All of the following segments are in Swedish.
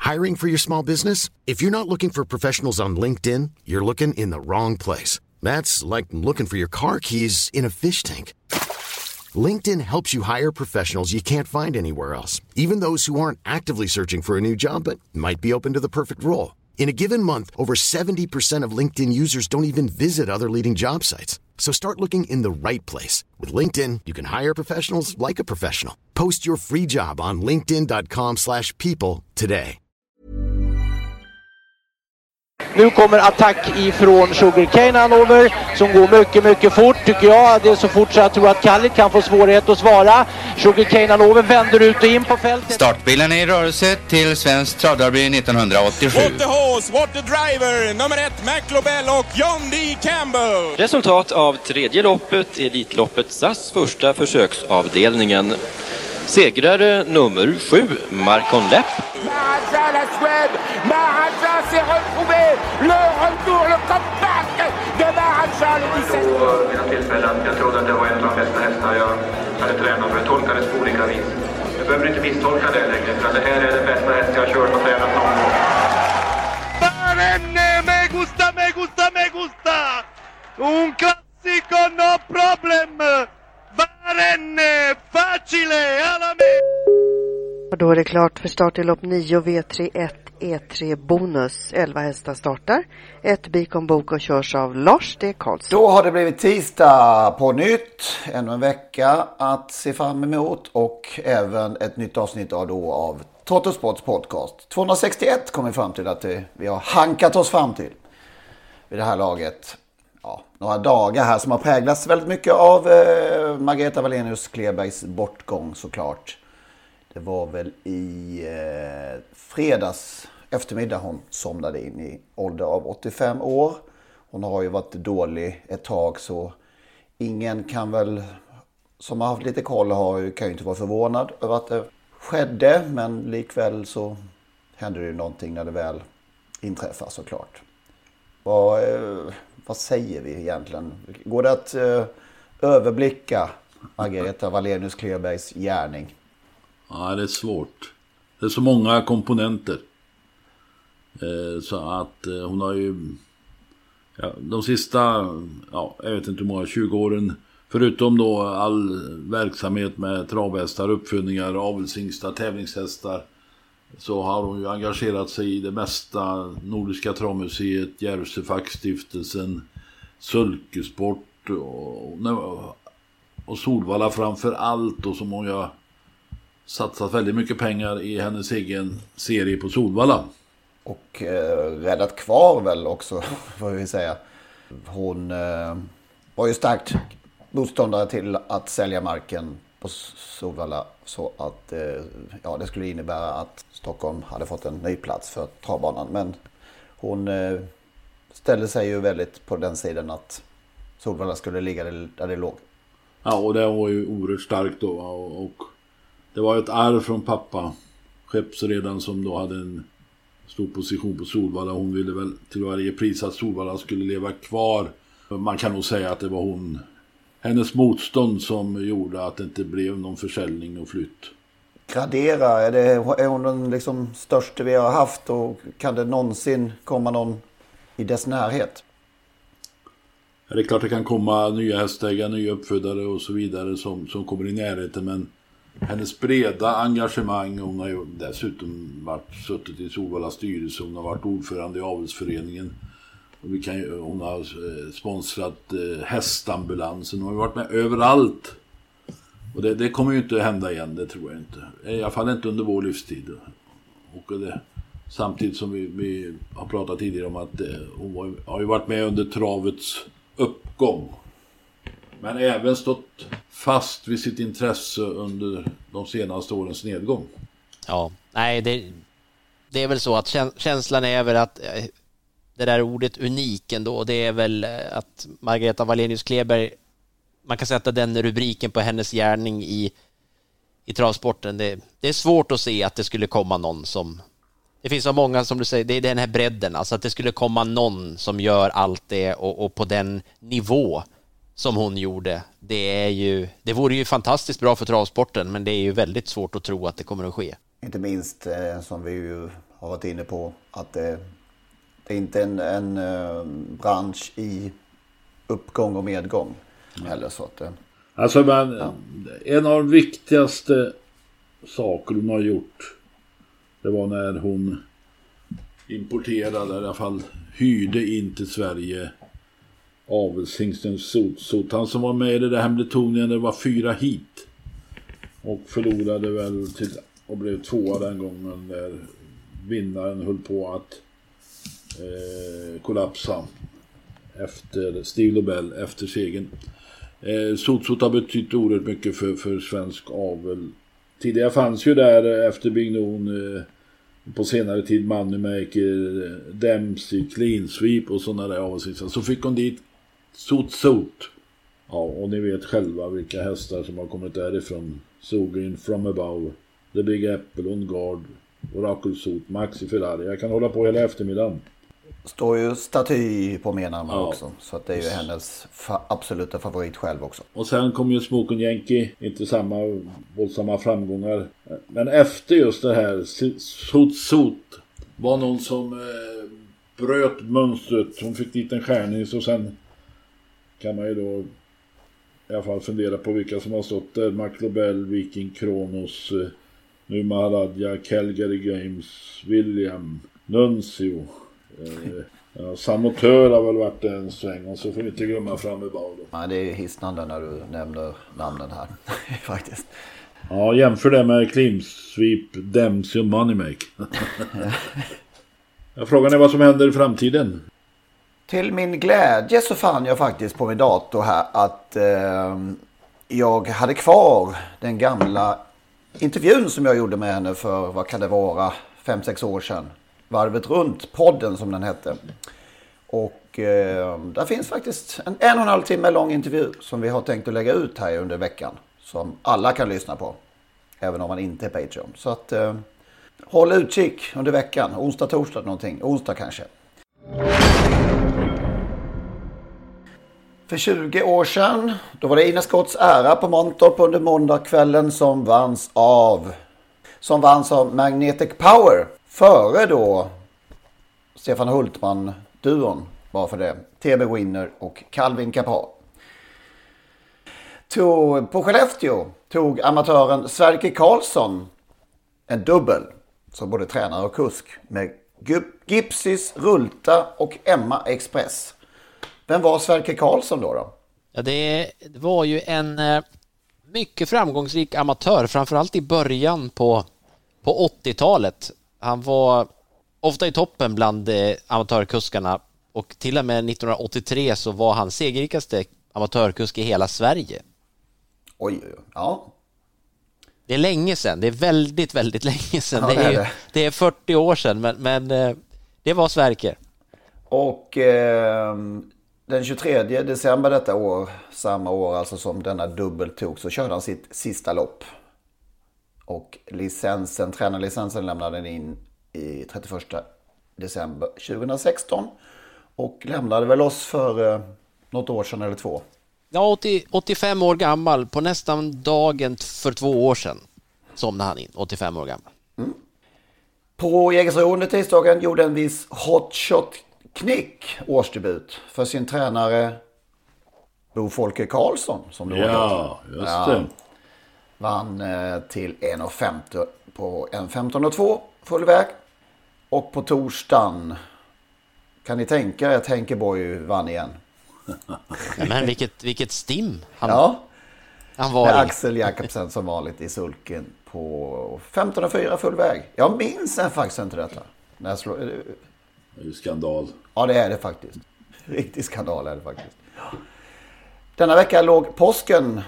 Hiring for your small business? If you're not looking for professionals on LinkedIn, you're looking in the wrong place. That's like looking for your car keys in a fish tank. LinkedIn helps you hire professionals you can't find anywhere else, even those who aren't actively searching for a new job but might be open to the perfect role. In a given month, over 70% of LinkedIn users don't even visit other leading job sites. So start looking in the right place. With LinkedIn, you can hire professionals like a professional. Post your free job on linkedin.com/people today. Nu kommer attack ifrån Sugarcane Hanover som går mycket, mycket fort tycker jag. Det är så fort så jag tror att Kallit kan få svårighet att svara. Sugarcane Hanover vänder ut och in på fältet. Startbilen är i rörelse till Svensk Travderby 1987. What the horse, what the driver, nummer 1 McLobell och John D. Campbell. Resultat av tredje loppet, Elitloppet SAS första försöksavdelningen. Segrare nummer 7, Marcon Lepp. Maharaja, la Suède, Maharaja s'est retrouvé, le retour, le comeback de Maharaja, le 17. Mina tillfällen, jag trodde att det var en av de bästa hästar jag hade tränat för. Jag tolkades på olika vis. Jag behöver inte misstolka det längre, för det här är den bästa häst jag har kört och tränat någon gång. Barenne, me gusta, me gusta, me gusta! Un classico, no problem! Barenne, facile, alla me! Och då är det klart för start i lopp 9 V31 E3 bonus. 11 hästar startar. Ett Bikon Bok och körs av Lars D. Karlsson. Då har det blivit tisdag på nytt. Ännu en vecka att se fram emot. Och även ett nytt avsnitt av Trottosports podcast. 261 kommer vi fram till att vi har hankat oss fram till. Vid det här laget. Ja, några dagar här som har präglats väldigt mycket av Margareta Wallenius Klebergs bortgång såklart. Det var väl i fredags eftermiddag hon somnade in i ålder av 85 år. Hon har ju varit dålig ett tag så ingen kan väl, som har haft lite koll kan ju inte vara förvånad över att det skedde. Men likväl så händer det ju någonting när det väl inträffar såklart. Vad säger vi egentligen? Går det att överblicka Margareta Wallenius Klebergs gärning? Ja, det är svårt. Det är så många komponenter. Så att hon har ju de sista, jag vet inte hur många, 20 åren, förutom då all verksamhet med travhästar, uppfödningar, avelshingstar, tävlingshästar, så har hon ju engagerat sig i det mesta. Nordiska travmuseet, Järvsöfackstiftelsen, Sulkesport och Solvalla framför allt, och som hon har satsat väldigt mycket pengar i hennes egen serie på Solvalla. Och räddat kvar väl också, får vi säga. Hon var ju starkt motståndare till att sälja marken på Solvalla, så att det skulle innebära att Stockholm hade fått en ny plats för travbanan. Men hon ställde sig ju väldigt på den sidan att Solvalla skulle ligga där det låg. Ja, och det var ju oerhört starkt då, och det var ett arv från pappa, skeppsredaren, som då hade en stor position på Solvalla. Hon ville väl till varje pris att Solvalla skulle leva kvar. Man kan nog säga att det var hennes motstånd som gjorde att det inte blev någon försäljning och flytt. Gradera, är hon den liksom största vi har haft, och kan det någonsin komma någon i dess närhet? Ja, det är klart det kan komma nya hästägare, nya uppfödare och så vidare som kommer i närheten, men hennes breda engagemang, hon har ju dessutom suttit i Solvallas styrelse, hon har varit ordförande i avelsföreningen, och hon har sponsrat hästambulansen, hon har varit med överallt, och det kommer ju inte att hända igen, det tror jag inte, i alla fall inte under vår livstid. Och samtidigt som vi har pratat tidigare om att hon har ju varit med under travets uppgång, men även stått fast vid sitt intresse under de senaste årens nedgång. Ja, nej, det är väl så att känslan är väl att det där ordet unik ändå, det är väl att Margareta Wallenius Kleberg, man kan sätta den rubriken på hennes gärning i travsporten. Det är svårt att se att det skulle komma någon som, det finns så många som du säger, det är den här bredden, alltså att det skulle komma någon som gör allt det och på den nivå som hon gjorde. Det vore ju fantastiskt bra för travsporten, men det är ju väldigt svårt att tro att det kommer att ske. Inte minst som vi ju har varit inne på. Att det är inte en bransch i uppgång och medgång heller. Så att, alltså en av de viktigaste saker hon har gjort, det var när hon importerade, i alla fall hyrde in till Sverige avelshingsten Zoot. Han som var med i det där Hambletonian, det var 4 hit. Och förlorade väl till och blev 2 den gången där vinnaren höll på att kollapsa efter Steve Lobel efter segern. Zoot har betytt oerhört mycket för svensk avel. Tidigare fanns ju där efter Big Noon på senare tid Moneymaker, Dempsey, Clean Sweep och sådana där avelshingstar. Så fick hon dit Zoot. Ja, och ni vet själva vilka hästar som har kommit därifrån. Sogrin, From Above, The Big Apple, On Guard, Oracle Zoot, Maxi Ferrari. Jag kan hålla på hela eftermiddagen. Står ju staty på menarna också. Så att det är ju hennes absoluta favorit själv också. Och sen kom ju Smokin' Yankee. Inte samma våldsamma framgångar. Men efter just det här Zoot var någon som bröt mönstret. Hon fick dit en skärning. Så sen kan man ju då i alla fall fundera på vilka som har stått där. Mark Lobel, Viking Kronos, nu Maharadja, Calgary Games, William, Nuncio. Samotör har väl varit en sväng. Och så får vi inte glömma fram i bad. Ja, det är hisnande när du nämner namnen här. Faktiskt. Ja, jämför det med Clean Sweep, Dempsey och Moneymaker. Frågan är vad som händer i framtiden. Till min glädje så fann jag faktiskt på min dator här att jag hade kvar den gamla intervjun som jag gjorde med henne för, vad kan det vara, 5-6 år sedan. Varvet runt, podden som den hette. Och där finns faktiskt en 1,5 timme lång intervju som vi har tänkt att lägga ut här under veckan. Som alla kan lyssna på, även om man inte är Patreon. Så att håll utkik under veckan, onsdag, torsdag någonting, onsdag kanske. För 20 år sedan, då var det Ina Scotts ära på Mantorp under måndagskvällen som vanns av Magnetic Power. Före då Stefan Hultman-duon, bara för det. TB Winner och Calvin Kappa. På Skellefteå tog amatören Sverker Karlsson en dubbel som både tränare och kusk med Gipsys, Rulta och Emma Express. Vem var Sverker Karlsson då? Ja, det var ju en mycket framgångsrik amatör, framförallt i början på 80-talet. Han var ofta i toppen bland amatörkuskarna och till och med 1983 så var han segerrikaste amatörkusk i hela Sverige. Oj, ja. Det är länge sedan, det är väldigt, väldigt länge sedan. Ja, det är 40 år sedan, men det var Sverker. Och den 23 december detta år, samma år alltså som denna dubbel tog, så körde han sitt sista lopp. Och tränarlicensen lämnade den in i 31 december 2016. Och lämnade väl oss för något år sedan eller 2. Ja, 85 år gammal, på nästan dagen för 2 år sedan somnade han in, 85 år gammal. Mm. På Jägersro under tisdagen gjorde en viss Hotshot Knick årsdebut för sin tränare Bo Folke Karlsson, som det var. Ja, just det. Vann till 1,50 på 1,15,2 full väg. Och på torsdagen kan ni tänka er att Henkeborg vann igen. Men vilket stim han var med i. Axel Jakobsen som vanligt i sulken på 15,4 full väg. Jag minns faktiskt inte detta. Det är ju skandal. Ja, det är det faktiskt. Riktig skandal är det faktiskt. Denna vecka låg påsken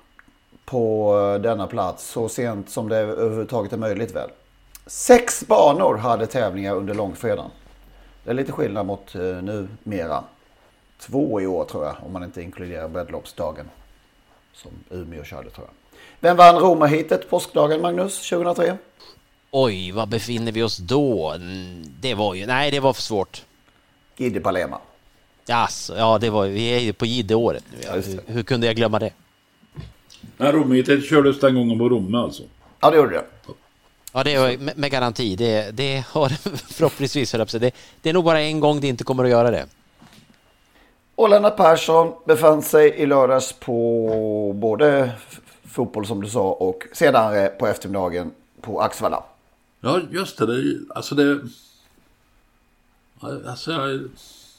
på denna plats så sent som det överhuvudtaget är möjligt väl. 6 banor hade tävlingar under långfredagen. Det är lite skillnad mot numera. 2 i år tror jag, om man inte inkluderar breddloppsdagen som Umeå körde tror jag. Vem vann Roma-heatet påskdagen, Magnus, 2003? Oj, vad befinner vi oss då? Det var för svårt. Gide Palema. Ja, vi är ju på Gide-året nu. Ja. Hur kunde jag glömma det? Nej, Roma-heatet kördes den gången på Roma alltså. Ja, det gjorde det. Ja, det är med garanti. Det har förhoppningsvis det är nog bara en gång det inte kommer att göra det. Och Lennart Persson befann sig i lördags på både fotboll som du sa och senare på eftermiddagen på Axevalla. Ja, just det. Jag är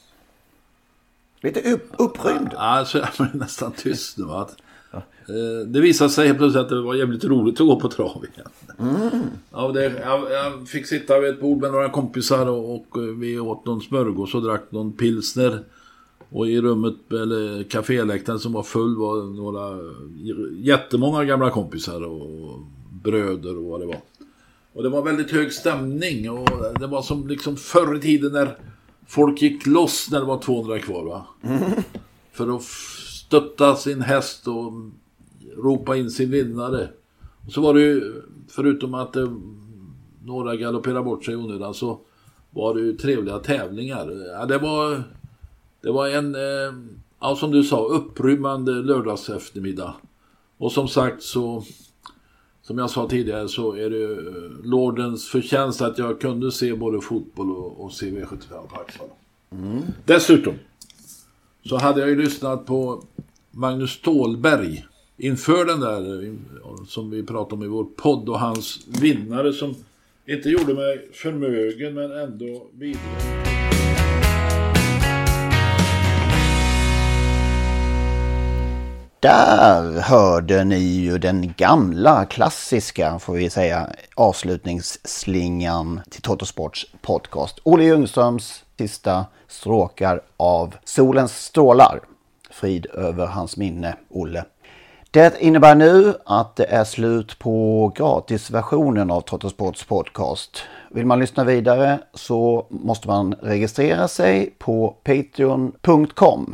lite upprymd. Alltså jag är nästan tyst nu. Det visade sig plötsligt att det var jävligt roligt att gå på trav igen. Ja, jag fick sitta vid ett bord med några kompisar och vi åt någon smörgås och drack någon pilsner. Och i rummet, eller kaféläktaren som var full, var jättemånga gamla kompisar och bröder och vad det var. Och det var väldigt hög stämning och det var som liksom förr i tiden när folk gick loss när det var 200 kvar, va? För att stötta sin häst och ropa in sin vinnare. Och så var det ju, förutom att några galopperade bort sig onödan, så var det ju trevliga tävlingar. Ja, det var en, som du sa, upprymmande lördags eftermiddag. Och som sagt så, som jag sa tidigare, så är det Lordens förtjänst att jag kunde se både fotboll och CV75 på Axevalla. Dessutom så hade jag ju lyssnat på Magnus Ståhlberg inför den där som vi pratade om i vår podd, och hans vinnare som inte gjorde mig förmögen men ändå vidare. Där hörde ni ju den gamla klassiska, får vi säga, avslutningsslingan till Totosports podcast. Olle Ljungströms sista stråkar av Solens strålar. Frid över hans minne, Olle. Det innebär nu att det är slut på gratisversionen av Totosports podcast. Vill man lyssna vidare så måste man registrera sig på patreon.com.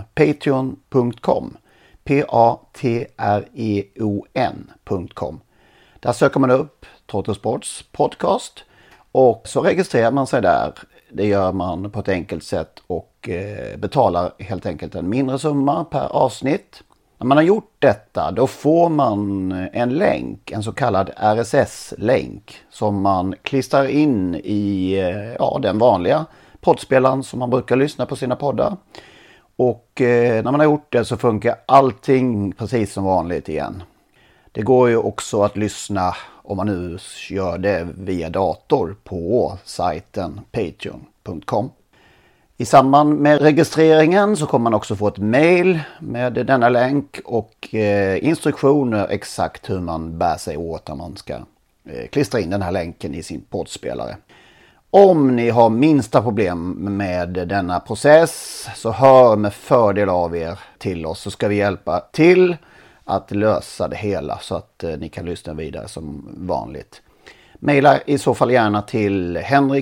patreon.com. Där söker man upp Totosports podcast och så registrerar man sig där. Det gör man på ett enkelt sätt och betalar helt enkelt en mindre summa per avsnitt. När man har gjort detta, då får man en länk, en så kallad RSS-länk som man klistrar in i den vanliga poddspelaren som man brukar lyssna på sina poddar. Och när man har gjort det så funkar allting precis som vanligt igen. Det går ju också att lyssna, om man nu gör det via dator, på sajten patreon.com. I samband med registreringen så kommer man också få ett mail med denna länk och instruktioner exakt hur man bär sig åt när man ska klistra in den här länken i sin poddspelare. Om ni har minsta problem med denna process så hör med fördel av er till oss, så ska vi hjälpa till att lösa det hela så att ni kan lyssna vidare som vanligt. Maila i så fall gärna till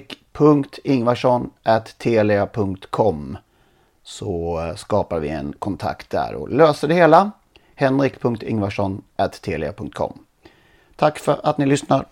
henrik.ingvarsson@telia.com så skapar vi en kontakt där och löser det hela. henrik.ingvarsson@telia.com. Tack för att ni lyssnar.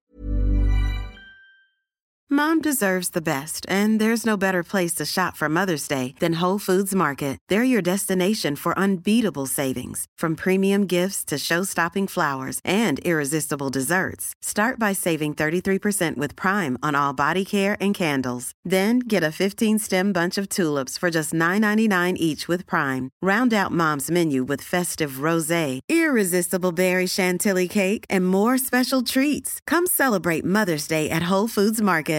Mom deserves the best, and there's no better place to shop for Mother's Day than Whole Foods Market. They're your destination for unbeatable savings, from premium gifts to show-stopping flowers and irresistible desserts. Start by saving 33% with Prime on all body care and candles. Then get a 15-stem bunch of tulips for just $9.99 each with Prime. Round out Mom's menu with festive rosé, irresistible berry chantilly cake, and more special treats. Come celebrate Mother's Day at Whole Foods Market.